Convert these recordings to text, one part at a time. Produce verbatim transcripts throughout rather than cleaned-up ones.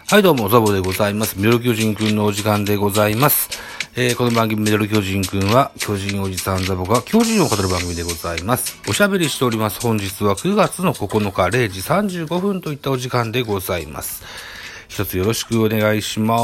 はいどうも、ザボでございます。ミドル巨人くんのお時間でございます。えー、この番組ミドル巨人くんは、巨人おじさんザボが巨人を語る番組でございます。おしゃべりしております。本日はくがつのここのかれいじさんじゅうごふんといったお時間でございます。一つよろしくお願いします。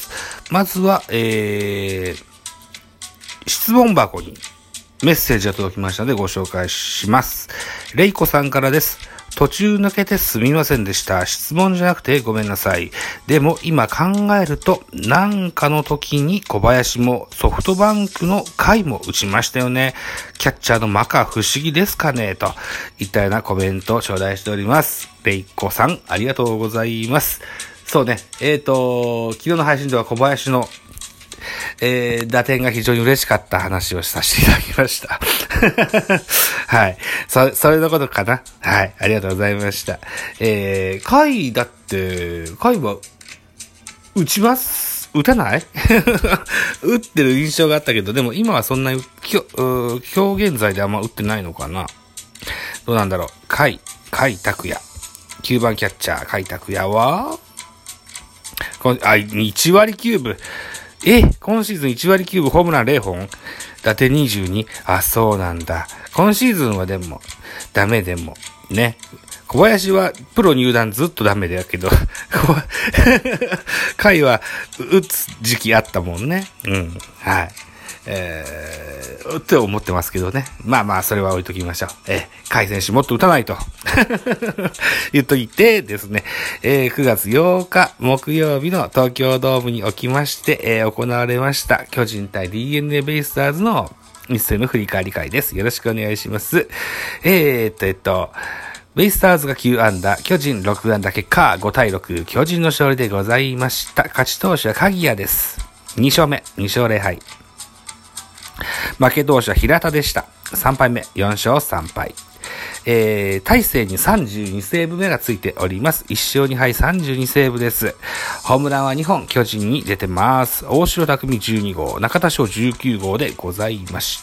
まずは、えー、質問箱にメッセージが届きましたのでご紹介します。レイコさんからです。途中抜けてすみませんでした。質問じゃなくてごめんなさい。でも今考えると、なんかの時に小林もソフトバンクの回も打ちましたよね。キャッチャーのマカ不思議ですかねといったようなコメントを頂戴しております。レイコさん、ありがとうございます。そうね、えーと、昨日の配信では小林のえー、打点が非常に嬉しかった話をさせていただきました。はい。そ、それのことかな。はい。ありがとうございました。えー、回だって、回は、打ちます打たない打ってる印象があったけど、でも今はそんなに、きょ、今日現在であんま打ってないのかな。どうなんだろう。回、回拓也。きゅうばんキャッチャー、回拓也は、こあ、いちわりきゅうぶ。え、今シーズンいちわりきゅうぶホームランぜろほん打点にじゅうに。あ、そうなんだ。今シーズンはでも、ダメでも、ね。小林はプロ入団ずっとダメだけど、甲斐は打つ時期あったもんね。うん。はい。えー、って思ってますけどね。まあまあ、それは置いときましょう。えー、甲斐選手もっと打たないと。言っといてですね、えー、くがつようか木曜日の東京ドームにおきまして、えー、行われました巨人対 ディーエヌエー ベイスターズの一戦の振り返り会です。よろしくお願いします。えーっと、えっと、ベイスターズがきゅうあんだ、巨人ろくあんだ、結果ごたいろく、巨人の勝利でございました。勝ち投手は鍵谷です。にしょうめ、にしょうぜろはい。負け投手は平田でした。さんぱいめ、よんしょうさんぱい。えー、大勢にさんじゅうにセーブ目がついております。いっしょうにはいさんじゅうにセーブです。ホームランはにほん巨人に出てます。大城匠じゅうにごう、中田翔じゅうきゅうごうでございました。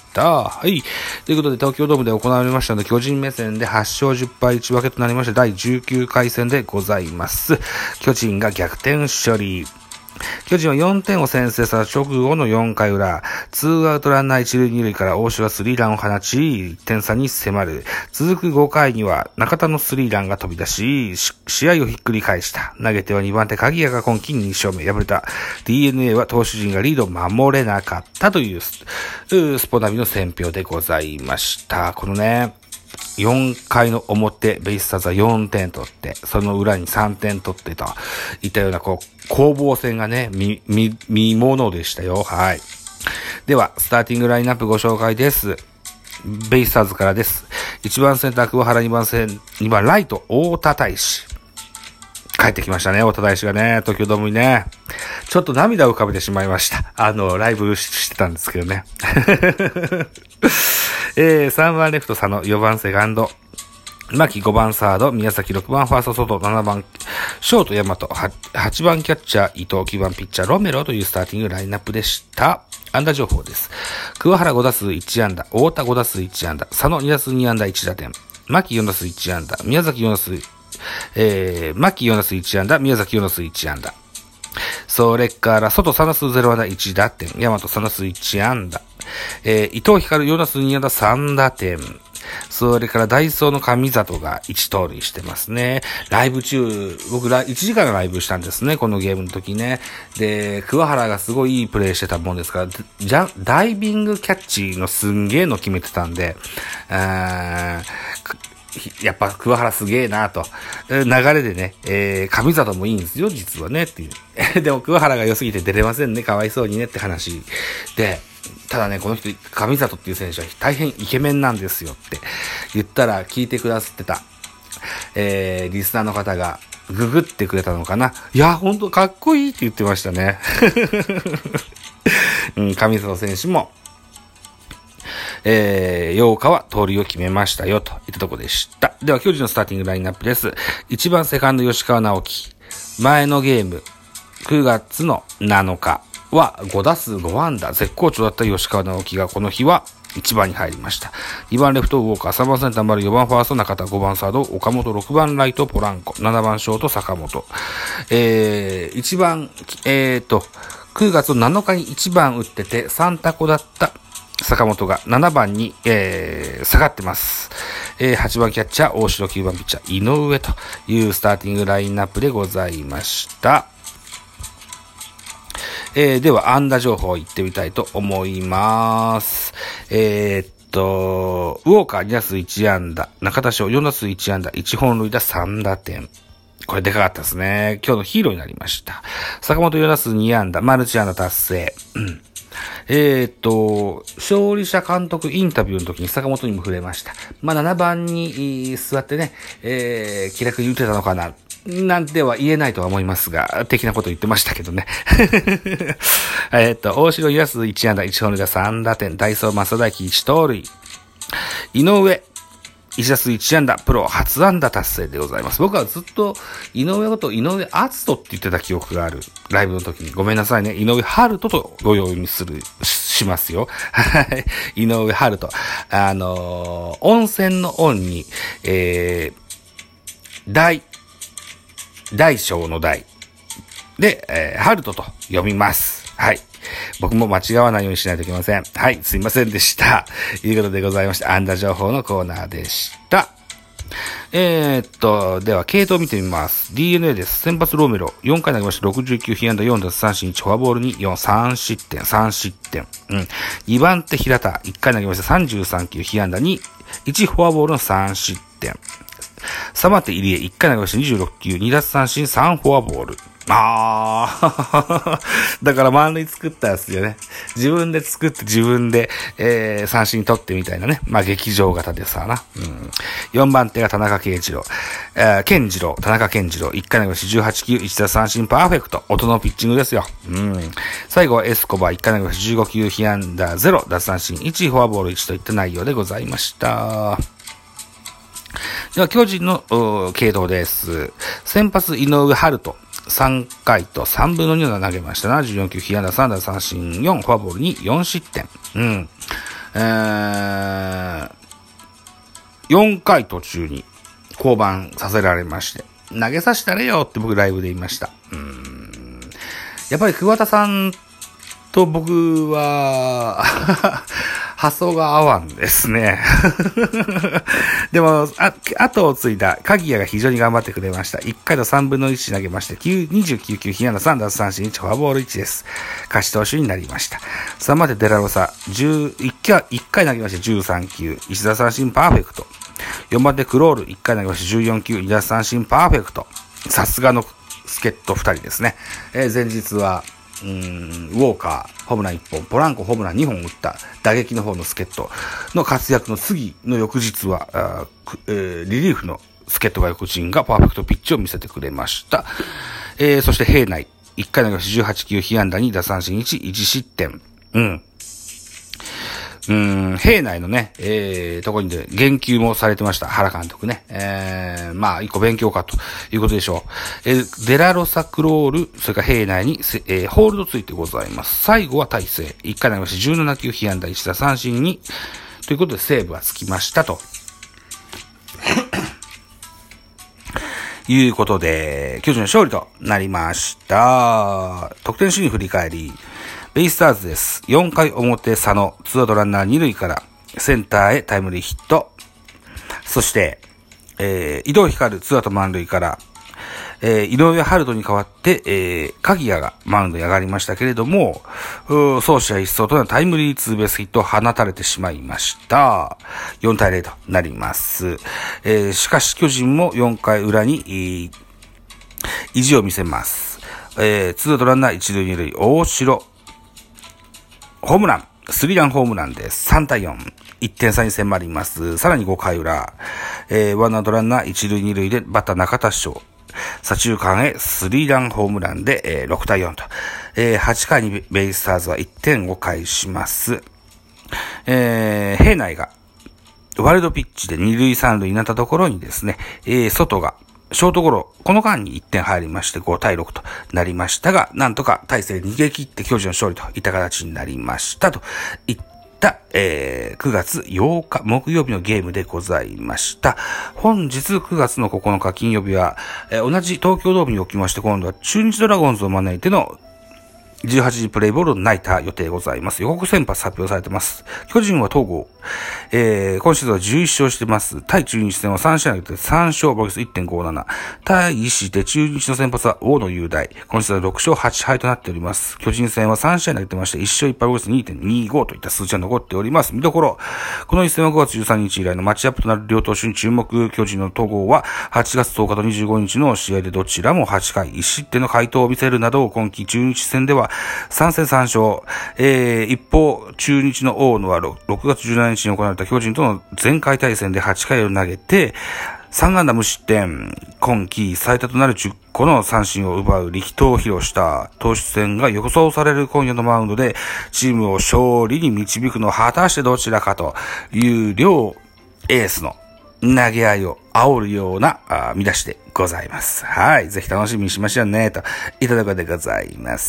はい。ということで東京ドームで行われましたので、巨人目線ではちしょうじゅっぱいいちぶけとなりまして、だいじゅうきゅうかい戦でございます。巨人が逆転勝利。巨人はよんてんを先制さ直後のよんかい裏、ツーアウトランナーいちるいにるいから大城がスリーランを放ち、いってんさに迫る。続くごかいには中田のスリーランが飛び出し、試合をひっくり返した。投げてはにばんて鍵谷が今季にしょうめ敗れた。ディーエヌエー は投手陣がリードを守れなかったというス, スポナビの選評でございました。このね、よんかいの表、ベイスターズはよんてん取って、その裏にさんてん取ってといったような、こう、攻防戦がね、見、見、見ものでしたよ。はい。では、スターティングラインナップご紹介です。ベイスターズからです。いちばんセンター、桑原、にばんセン、にばんライト、大田大志。帰ってきましたね、大田大志がね、東京ドームにね。ちょっと涙を浮かべてしまいました。あの、ライブしてたんですけどね。えー、さんばんレフト佐野、よばんセカンド、牧ごばんサード、宮崎ろくばんファースト外、ななばんショート大和、はちばんキャッチャー伊藤、きゅうばんピッチャーロメロというスターティングラインナップでした。安打情報です。桑原ごだすういちあんだ、太田ごだすういちあんだ、佐野にだすうにあんだいちだてん、牧よんだすういちあんだ、宮崎よんだすう、えー、牧よんだすういちあんだ、宮崎よんだすういちあんだ。それから、外さんだすうぜろあんだいちだてん、大和さんだすういちあんだ、えー、伊藤光よんだすうにあんださんだてん、それからダイソーの上里がいち盗塁してますね。ライブ中、僕らいちじかんのライブしたんですね、このゲームの時ね。で、桑原がすごいいいプレイしてたもんですから、じゃダイビングキャッチのすんげーの決めてたんで、あやっぱ桑原すげーなと。流れでね、えー、上里もいいんですよ、実はね、っていう。でも桑原が良すぎて出れませんね、かわいそうにねって話で、ただね、この人、上里っていう選手は大変イケメンなんですよって言ったら聞いてくださってた、えー、リスナーの方がググってくれたのかな。いや、ほんとかっこいいって言ってましたね。うん、上里選手も、えー、ようかは盗塁を決めましたよといったところでした。では、巨人のスターティングラインナップです。いちばんセカンド吉川直樹。前のゲーム、くがつのなのか。はごだすうごあんだ絶好調だった吉川直樹がこの日はいちばんに入りました。にばんレフトウォーカー、さんばんセンター丸、よばんファースト中田、ごばんサード岡本、ろくばんライトポランコ、ななばんショート坂本。えー、いちばん、えーと、くがつなのかにいちばん打っててさんタコだった坂本がななばんに、えー、下がってます。えー、はちばんキャッチャー大城、きゅうばんピッチャー井上というスターティングラインナップでございました。えー、では安打情報いってみたいと思います。えー、っとウォーカーに打数いち安打、中田翔よん打数いち安打、いち本塁打さん打点。これでかかったですね。今日のヒーローになりました。坂本よん打数に安打、マルチ安打達成。うんえー、っと、勝利者監督インタビューの時に坂本にも触れました。まあ、ななばんに座ってね、えー、気楽に打てたのかな、なんては言えないとは思いますが、的なこと言ってましたけどね。えっと、大城安いち安打、いち本塁打さん打点、ダイソー正大輝いち盗塁。井上、いち打数いち安打、プロ初安打達成でございます。僕はずっと井上こと井上篤人って言ってた記憶がある。ライブの時に。ごめんなさいね。井上春人とご用意する、しますよ。はい。井上春人。あのー、温泉の温に、えー、大、大小の大。で、えー、春人と読みます。はい。僕も間違わないようにしないといけません。はい、すいませんでした。ということでございまして、安打情報のコーナーでした。えー、っと、では、系統見てみます。ディーエヌエー です。先発ローメロ、よんかい投げました。ろくじゅうきゅう、被安打よん奪三振いち、フォアボールに、よん、さん失点、さん失点。うん。にばん手平田、いっかい投げました。さんじゅうさん球、被安打に、いち、フォアボールのさん失点。さんばん手入江、いっかい投げました。にじゅうろく球、に奪三振、さんフォアボール。ああ、だから満塁作ったやつよね。自分で作って自分で、えー、三振取ってみたいなね。まあ劇場型でさな。うん。よんばん手が田中圭一郎。えー、健次郎、田中健次郎。いっかい投げました。じゅうはち球、いち奪三振パーフェクト。音のピッチングですよ。うん。最後はエスコバー。いっかい投げました。じゅうご球、被安打ゼロ、奪三振いち、フォアボールいちといった内容でございました。では、巨人の系統です。先発、井上春人。さんかいとさんぶんのにを投げました。ななじゅうよん球、被安打さん奪三振よん、フォアボールに、よん失点。うん。えー、よんかい途中に降板させられまして、投げさせたれよって僕ライブで言いました。うーん。やっぱり桑田さんと僕は、発想が合わんですね。でも、あ、後を継いだ鍵谷が非常に頑張ってくれました。いっかいとさんぶんのいち投げまして、にじゅうきゅう球、被安打さん奪三振いち、フォアボールいちです。勝ち投手になりました。さんばん手デラロサ、じゅういっかい投げましてじゅうさん球、いち奪三振パーフェクト。よんばん手クロール、いっかい投げましてじゅうよん球、に奪三振パーフェクト。さすがの助っ人ふたりですね。えー、前日は、うーんウォーカーホームランいっぽん、ポランコホームランにほん打った打撃の方の助っ人の活躍の次の翌日は、あえー、リリーフの助っ人外国人がパーフェクトピッチを見せてくれました。えー、そして平内いっかい投げじゅうはち球、被安打に奪三振いち、いち失点。うんうーん、平内のね、えー、ところにで言及もされてました。原監督ね。えー、まあ、一個勉強かということでしょう。えー、デラロサクロール、それから平内に、えー、ホールドついてございます。最後は大勢。いっかい投げましてじゅうなな球、被安打いち打三振に、ということでセーブがつきましたと。いうことで、巨人の勝利となりました。得点シーン振り返り。ベイスターズです。よんかい表佐野、ツーアウトランナーに塁から、センターへタイムリーヒット。そして、えー、伊藤光、ツーアウト満塁から、えー、井上春人に代わって、えー、鍵谷がマウンドに上がりましたけれども、走者一掃となるタイムリーツーベースヒットを放たれてしまいました。よんたいゼロとなります。えー、しかし巨人もよんかい裏に、えー、意地を見せます。えー、ツーアウトランナー一塁二塁、大城、ホームラン、スリーランホームランです。さんたいよん。いってん差に迫ります。さらにごかい裏、えー、ワンアウトランナー一塁二塁でバッター中田翔。左中間へスリーランホームランで、えー、ろくたいよんと、えー。はちかいにベイスターズはいってんを返します。えー、平内がワイルドピッチで二塁三塁になったところにですね、えー、外がショートゴロ、この間にいってん入りましてごたいろくとなりましたが、なんとか大勢逃げ切って巨人の勝利といった形になりましたといった、えー、くがつようか木曜日のゲームでございました。本日くがつのここのか金曜日は、えー、同じ東京ドームにおきまして、今度は中日ドラゴンズを招いてのじゅうはちじプレイボールナイター予定ございます。予告先発発表されてます。巨人は東郷。えー、今シーズンはじゅういっ勝してます。対中日戦はさん試合投げてさん勝、防御率 いってんごなな。対して中日の先発は大野雄大。今シーズンはろく勝はち敗となっております。巨人戦はさん試合投げてましていっ勝いっ敗、防御率 にてんにご といった数値が残っております。見どころ。この一戦はごがつじゅうさんにち以来のマッチアップとなる両投手に注目。巨人の東郷ははちがつとおかとにじゅうごにちの試合でどちらもはちかいいち失点の快投を見せるなど、今季中日戦ではさん戦さん勝。えー、一方、中日の大野はろくがつじゅうしちにちに行われた巨人との前回対戦ではちかいを投げて、さん安打無失点、今季最多となるじゅっこの三振を奪う力投を披露した投手戦が予想される今夜のマウンドで、チームを勝利に導くのは果たしてどちらかという両エースの投げ合いを煽るようなあ見出しでございます。はい。ぜひ楽しみにしましょうね、といただくでございます。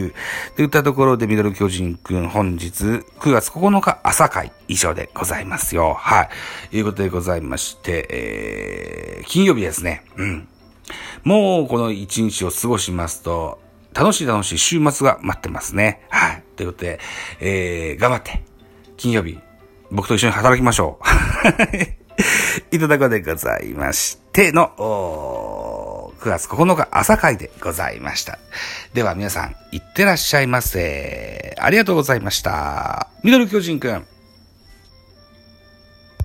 といったところで、ミドル巨人くん本日くがつここのか朝会以上でございますよ。はい。ということでございまして、えー、金曜日ですね。うん。もうこの一日を過ごしますと、楽しい楽しい週末が待ってますね。はい。ということで、えー、頑張って、金曜日、僕と一緒に働きましょう。いただくでございましての、くがつここのか朝会でございました。では皆さん、いってらっしゃいませ。ありがとうございました。ミドル巨人くん。